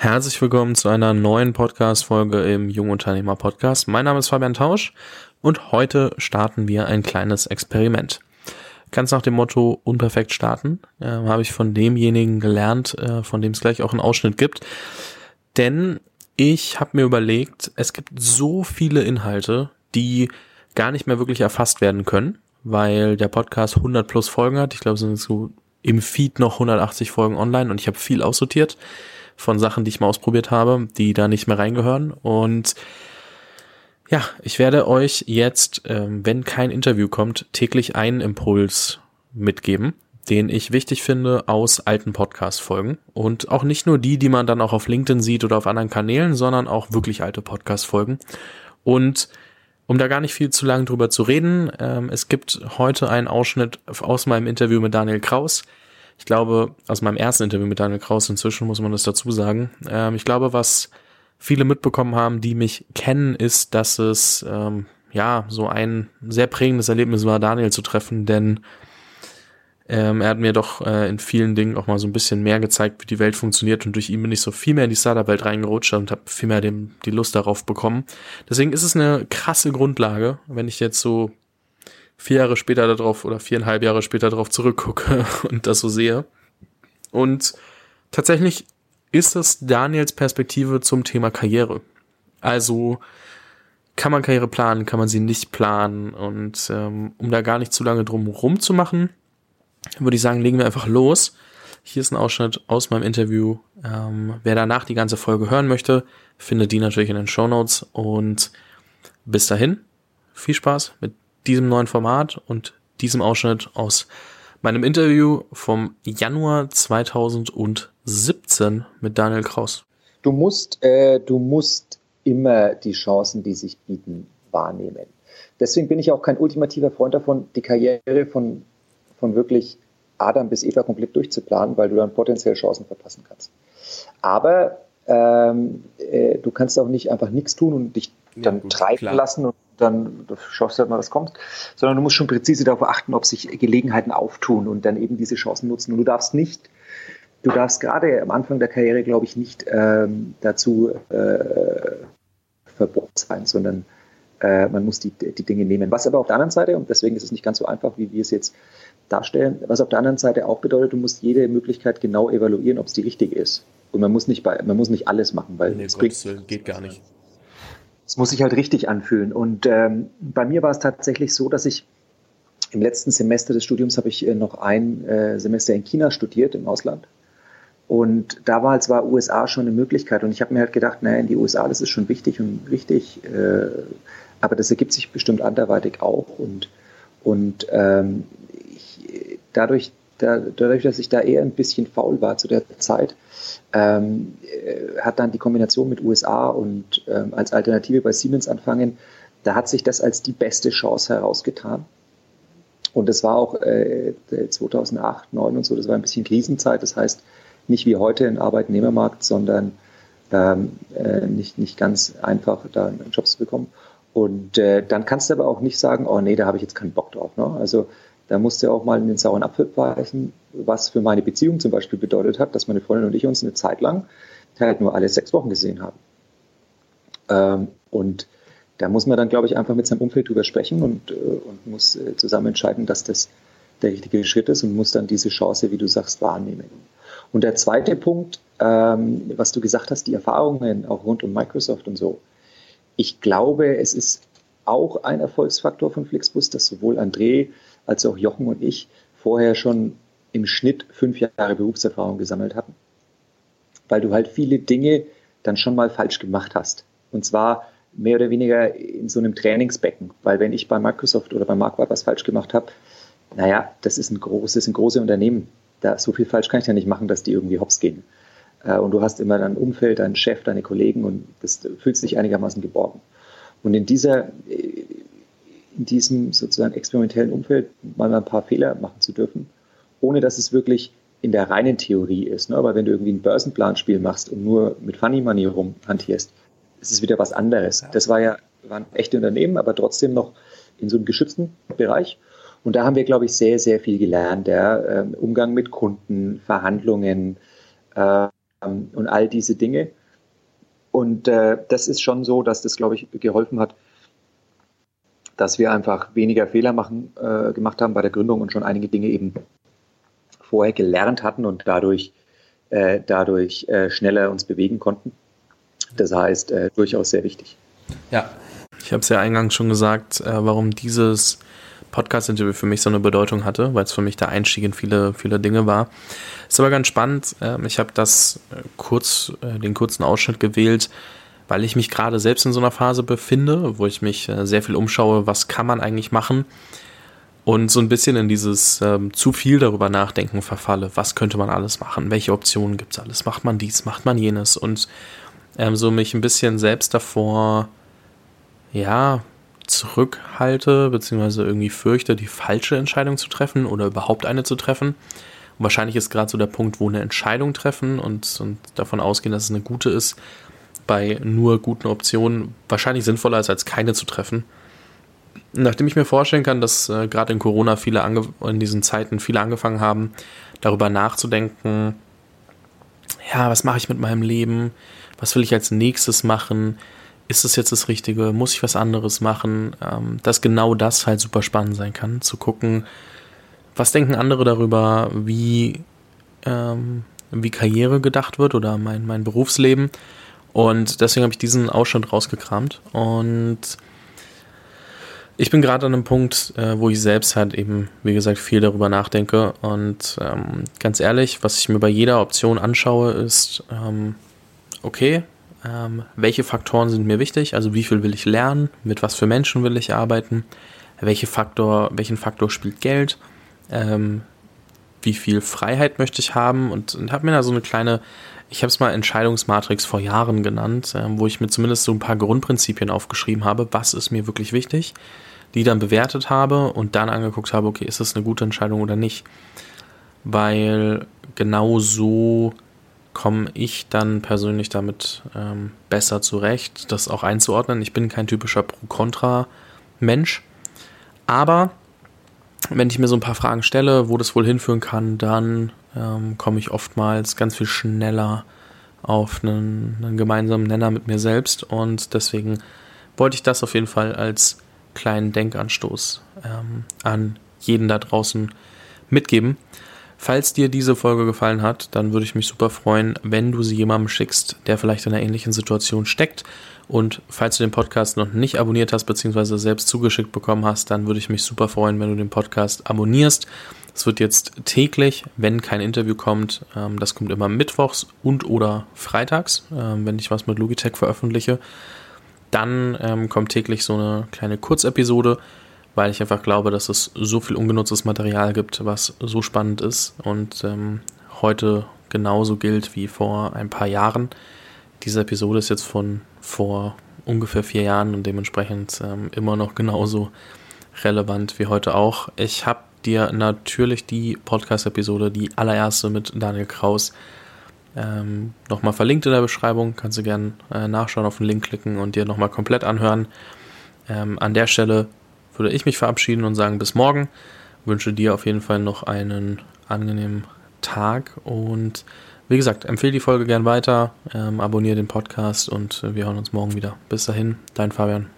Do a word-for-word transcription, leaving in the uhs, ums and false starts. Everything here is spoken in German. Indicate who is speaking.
Speaker 1: Herzlich willkommen zu einer neuen Podcast-Folge im Jungunternehmer-Podcast. Mein Name ist Fabian Tausch und heute starten wir ein kleines Experiment. Ganz nach dem Motto unperfekt starten, äh, habe ich von demjenigen gelernt, äh, von dem es gleich auch einen Ausschnitt gibt. Denn ich habe mir überlegt, es gibt so viele Inhalte, die gar nicht mehr wirklich erfasst werden können, weil der Podcast hundert plus Folgen hat. Ich glaube, es sind so im Feed noch hundertachtzig Folgen online und ich habe viel aussortiert von Sachen, die ich mal ausprobiert habe, die da nicht mehr reingehören. Und ja, ich werde euch jetzt, ähm, wenn kein Interview kommt, täglich einen Impuls mitgeben, den ich wichtig finde aus alten Podcast-Folgen. Und auch nicht nur die, die man dann auch auf LinkedIn sieht oder auf anderen Kanälen, sondern auch wirklich alte Podcast-Folgen. Und um da gar nicht viel zu lang drüber zu reden, ähm, es gibt heute einen Ausschnitt aus meinem Interview mit Daniel Kraus. Ich glaube, aus meinem ersten Interview mit Daniel Kraus, inzwischen muss man das dazu sagen. Ähm, ich glaube, was viele mitbekommen haben, die mich kennen, ist, dass es ähm, ja so ein sehr prägendes Erlebnis war, Daniel zu treffen, denn ähm, er hat mir doch äh, in vielen Dingen auch mal so ein bisschen mehr gezeigt, wie die Welt funktioniert, und durch ihn bin ich so viel mehr in die Startup-Welt reingerutscht und habe viel mehr dem, die Lust darauf bekommen. Deswegen ist es eine krasse Grundlage, wenn ich jetzt so vier Jahre später darauf oder viereinhalb Jahre später darauf zurückgucke und das so sehe. Und tatsächlich ist das Daniels Perspektive zum Thema Karriere. Also kann man Karriere planen, kann man sie nicht planen, und ähm, um da gar nicht zu lange drum rum zu machen, würde ich sagen, legen wir einfach los. Hier ist ein Ausschnitt aus meinem Interview. Ähm, wer danach die ganze Folge hören möchte, findet die natürlich in den Shownotes, und bis dahin, viel Spaß mit diesem neuen Format und diesem Ausschnitt aus meinem Interview vom Januar zweitausendsiebzehn mit Daniel Kraus.
Speaker 2: Du musst, äh, du musst immer die Chancen, die sich bieten, wahrnehmen. Deswegen bin ich auch kein ultimativer Freund davon, die Karriere von, von wirklich Adam bis Eva komplett durchzuplanen, weil du dann potenziell Chancen verpassen kannst. Aber ähm, äh, du kannst auch nicht einfach nichts tun und dich dann ja, gut, treiben klar. lassen und dann schaust du halt mal, was kommt, sondern du musst schon präzise darauf achten, ob sich Gelegenheiten auftun und dann eben diese Chancen nutzen. Und du darfst nicht, du darfst gerade am Anfang der Karriere, glaube ich, nicht ähm, dazu äh, verbohrt sein, sondern äh, man muss die, die Dinge nehmen. Was aber auf der anderen Seite, und deswegen ist es nicht ganz so einfach, wie wir es jetzt darstellen, was auf der anderen Seite auch bedeutet, du musst jede Möglichkeit genau evaluieren, ob es die richtige ist. Und man muss nicht, bei, man muss nicht alles machen, weil
Speaker 1: nee,
Speaker 2: es
Speaker 1: bringt, geht gar nicht.
Speaker 2: Es muss sich halt richtig anfühlen. Und ähm, bei mir war es tatsächlich so, dass ich im letzten Semester des Studiums habe ich äh, noch ein äh, Semester in China studiert, im Ausland. Und da war es war U S A schon eine Möglichkeit. Und ich habe mir halt gedacht, naja, in die U S A, das ist schon wichtig und richtig. Äh, aber das ergibt sich bestimmt anderweitig auch. Und, und ähm, ich, dadurch, da, dadurch, dass ich da eher ein bisschen faul war zu der Zeit, Ähm, hat dann die Kombination mit U S A und ähm, als Alternative bei Siemens anfangen, da hat sich das als die beste Chance herausgetan. Und das war auch äh, zweitausendacht, zweitausendneun und so, das war ein bisschen Krisenzeit, das heißt nicht wie heute ein Arbeitnehmermarkt, sondern ähm, äh, nicht, nicht ganz einfach, da einen Job zu bekommen. Und äh, dann kannst du aber auch nicht sagen, oh nee, da habe ich jetzt keinen Bock drauf. Ne? Also da musst du auch mal in den sauren Apfel beißen, was für meine Beziehung zum Beispiel bedeutet hat, dass meine Freundin und ich uns eine Zeit lang halt nur alle sechs Wochen gesehen haben. Ähm, und da muss man dann, glaube ich, einfach mit seinem Umfeld drüber sprechen und, äh, und muss äh, zusammen entscheiden, dass das der richtige Schritt ist, und muss dann diese Chance, wie du sagst, wahrnehmen. Und der zweite Punkt, ähm, was du gesagt hast, die Erfahrungen auch rund um Microsoft und so. Ich glaube, es ist auch ein Erfolgsfaktor von Flixbus, dass sowohl André als auch Jochen und ich vorher schon im Schnitt fünf Jahre Berufserfahrung gesammelt hatten. Weil du halt viele Dinge dann schon mal falsch gemacht hast. Und zwar mehr oder weniger in so einem Trainingsbecken. Weil wenn ich bei Microsoft oder bei Marquardt was falsch gemacht habe, naja, das ist ein großes, ein großes Unternehmen. Da, so viel falsch kann ich ja nicht machen, dass die irgendwie hops gehen. Und du hast immer dein Umfeld, deinen Chef, deine Kollegen, und das fühlst dich einigermaßen geborgen. Und in dieser in diesem sozusagen experimentellen Umfeld mal ein paar Fehler machen zu dürfen, ohne dass es wirklich in der reinen Theorie ist. Ne? Aber wenn du irgendwie ein Börsenplanspiel machst und nur mit Funny Money rumhantierst, ist es wieder was anderes. Das war ja, waren echte Unternehmen, aber trotzdem noch in so einem geschützten Bereich. Und da haben wir, glaube ich, sehr, sehr viel gelernt. Ja? Ähm, Umgang mit Kunden, Verhandlungen, äh, und all diese Dinge. Und äh, das ist schon so, dass das, glaube ich, geholfen hat, dass wir einfach weniger Fehler machen, äh, gemacht haben bei der Gründung und schon einige Dinge eben vorher gelernt hatten und dadurch, äh, dadurch äh, schneller uns bewegen konnten. Das heißt, äh, durchaus sehr wichtig.
Speaker 1: Ja, ich habe es ja eingangs schon gesagt, äh, warum dieses Podcast-Interview für mich so eine Bedeutung hatte, weil es für mich der Einstieg in viele, viele Dinge war. Ist aber ganz spannend. Äh, ich habe das äh, kurz, äh, den kurzen Ausschnitt gewählt, weil ich mich gerade selbst in so einer Phase befinde, wo ich mich äh, sehr viel umschaue, was kann man eigentlich machen und so ein bisschen in dieses ähm, zu viel darüber nachdenken verfalle. Was könnte man alles machen? Welche Optionen gibt es alles? Macht man dies? Macht man jenes? Und ähm, so mich ein bisschen selbst davor, ja, zurückhalte, beziehungsweise irgendwie fürchte, die falsche Entscheidung zu treffen oder überhaupt eine zu treffen. Und wahrscheinlich ist gerade so der Punkt, wo eine Entscheidung treffen und, und davon ausgehen, dass es eine gute ist, bei nur guten Optionen wahrscheinlich sinnvoller ist, als keine zu treffen. Nachdem ich mir vorstellen kann, dass äh, gerade in Corona viele ange- in diesen Zeiten viele angefangen haben, darüber nachzudenken, ja, was mache ich mit meinem Leben? Was will ich als nächstes machen? Ist es jetzt das Richtige? Muss ich was anderes machen? Ähm, dass genau das halt super spannend sein kann, zu gucken, was denken andere darüber, wie, ähm, wie Karriere gedacht wird oder mein, mein Berufsleben. Und deswegen habe ich diesen Ausschnitt rausgekramt. Und ich bin gerade an einem Punkt, äh, wo ich selbst halt eben, wie gesagt, viel darüber nachdenke. Und ähm, ganz ehrlich, was ich mir bei jeder Option anschaue, ist, ähm, okay, ähm, welche Faktoren sind mir wichtig? Also wie viel will ich lernen? Mit was für Menschen will ich arbeiten? Welche Faktor, welchen Faktor spielt Geld? Ähm, wie viel Freiheit möchte ich haben? Und, und habe mir da so eine kleine, ich habe es mal Entscheidungsmatrix vor Jahren genannt, ähm, wo ich mir zumindest so ein paar Grundprinzipien aufgeschrieben habe, was ist mir wirklich wichtig, die dann bewertet habe und dann angeguckt habe, okay, ist das eine gute Entscheidung oder nicht? Weil genau so komme ich dann persönlich damit ähm, besser zurecht, das auch einzuordnen. Ich bin kein typischer Pro-Kontra-Mensch, aber wenn ich mir so ein paar Fragen stelle, wo das wohl hinführen kann, dann ähm, komme ich oftmals ganz viel schneller auf einen, einen gemeinsamen Nenner mit mir selbst und deswegen wollte ich das auf jeden Fall als kleinen Denkanstoß ähm, an jeden da draußen mitgeben. Falls dir diese Folge gefallen hat, dann würde ich mich super freuen, wenn du sie jemandem schickst, der vielleicht in einer ähnlichen Situation steckt. Und falls du den Podcast noch nicht abonniert hast, beziehungsweise selbst zugeschickt bekommen hast, dann würde ich mich super freuen, wenn du den Podcast abonnierst. Es wird jetzt täglich, wenn kein Interview kommt, ähm, das kommt immer mittwochs und oder freitags, ähm, wenn ich was mit Logitech veröffentliche, dann ähm, kommt täglich so eine kleine Kurzepisode, weil ich einfach glaube, dass es so viel ungenutztes Material gibt, was so spannend ist und ähm, heute genauso gilt wie vor ein paar Jahren. Diese Episode ist jetzt von vor ungefähr vier Jahren und dementsprechend ähm, immer noch genauso relevant wie heute auch. Ich habe dir natürlich die Podcast-Episode, die allererste mit Daniel Kraus, ähm, nochmal verlinkt in der Beschreibung. Kannst du gerne äh, nachschauen, auf den Link klicken und dir nochmal komplett anhören. Ähm, an der Stelle würde ich mich verabschieden und sagen bis morgen. Wünsche dir auf jeden Fall noch einen angenehmen Tag und wie gesagt, empfehle die Folge gern weiter, ähm, abonniere den Podcast und wir hören uns morgen wieder. Bis dahin, dein Fabian.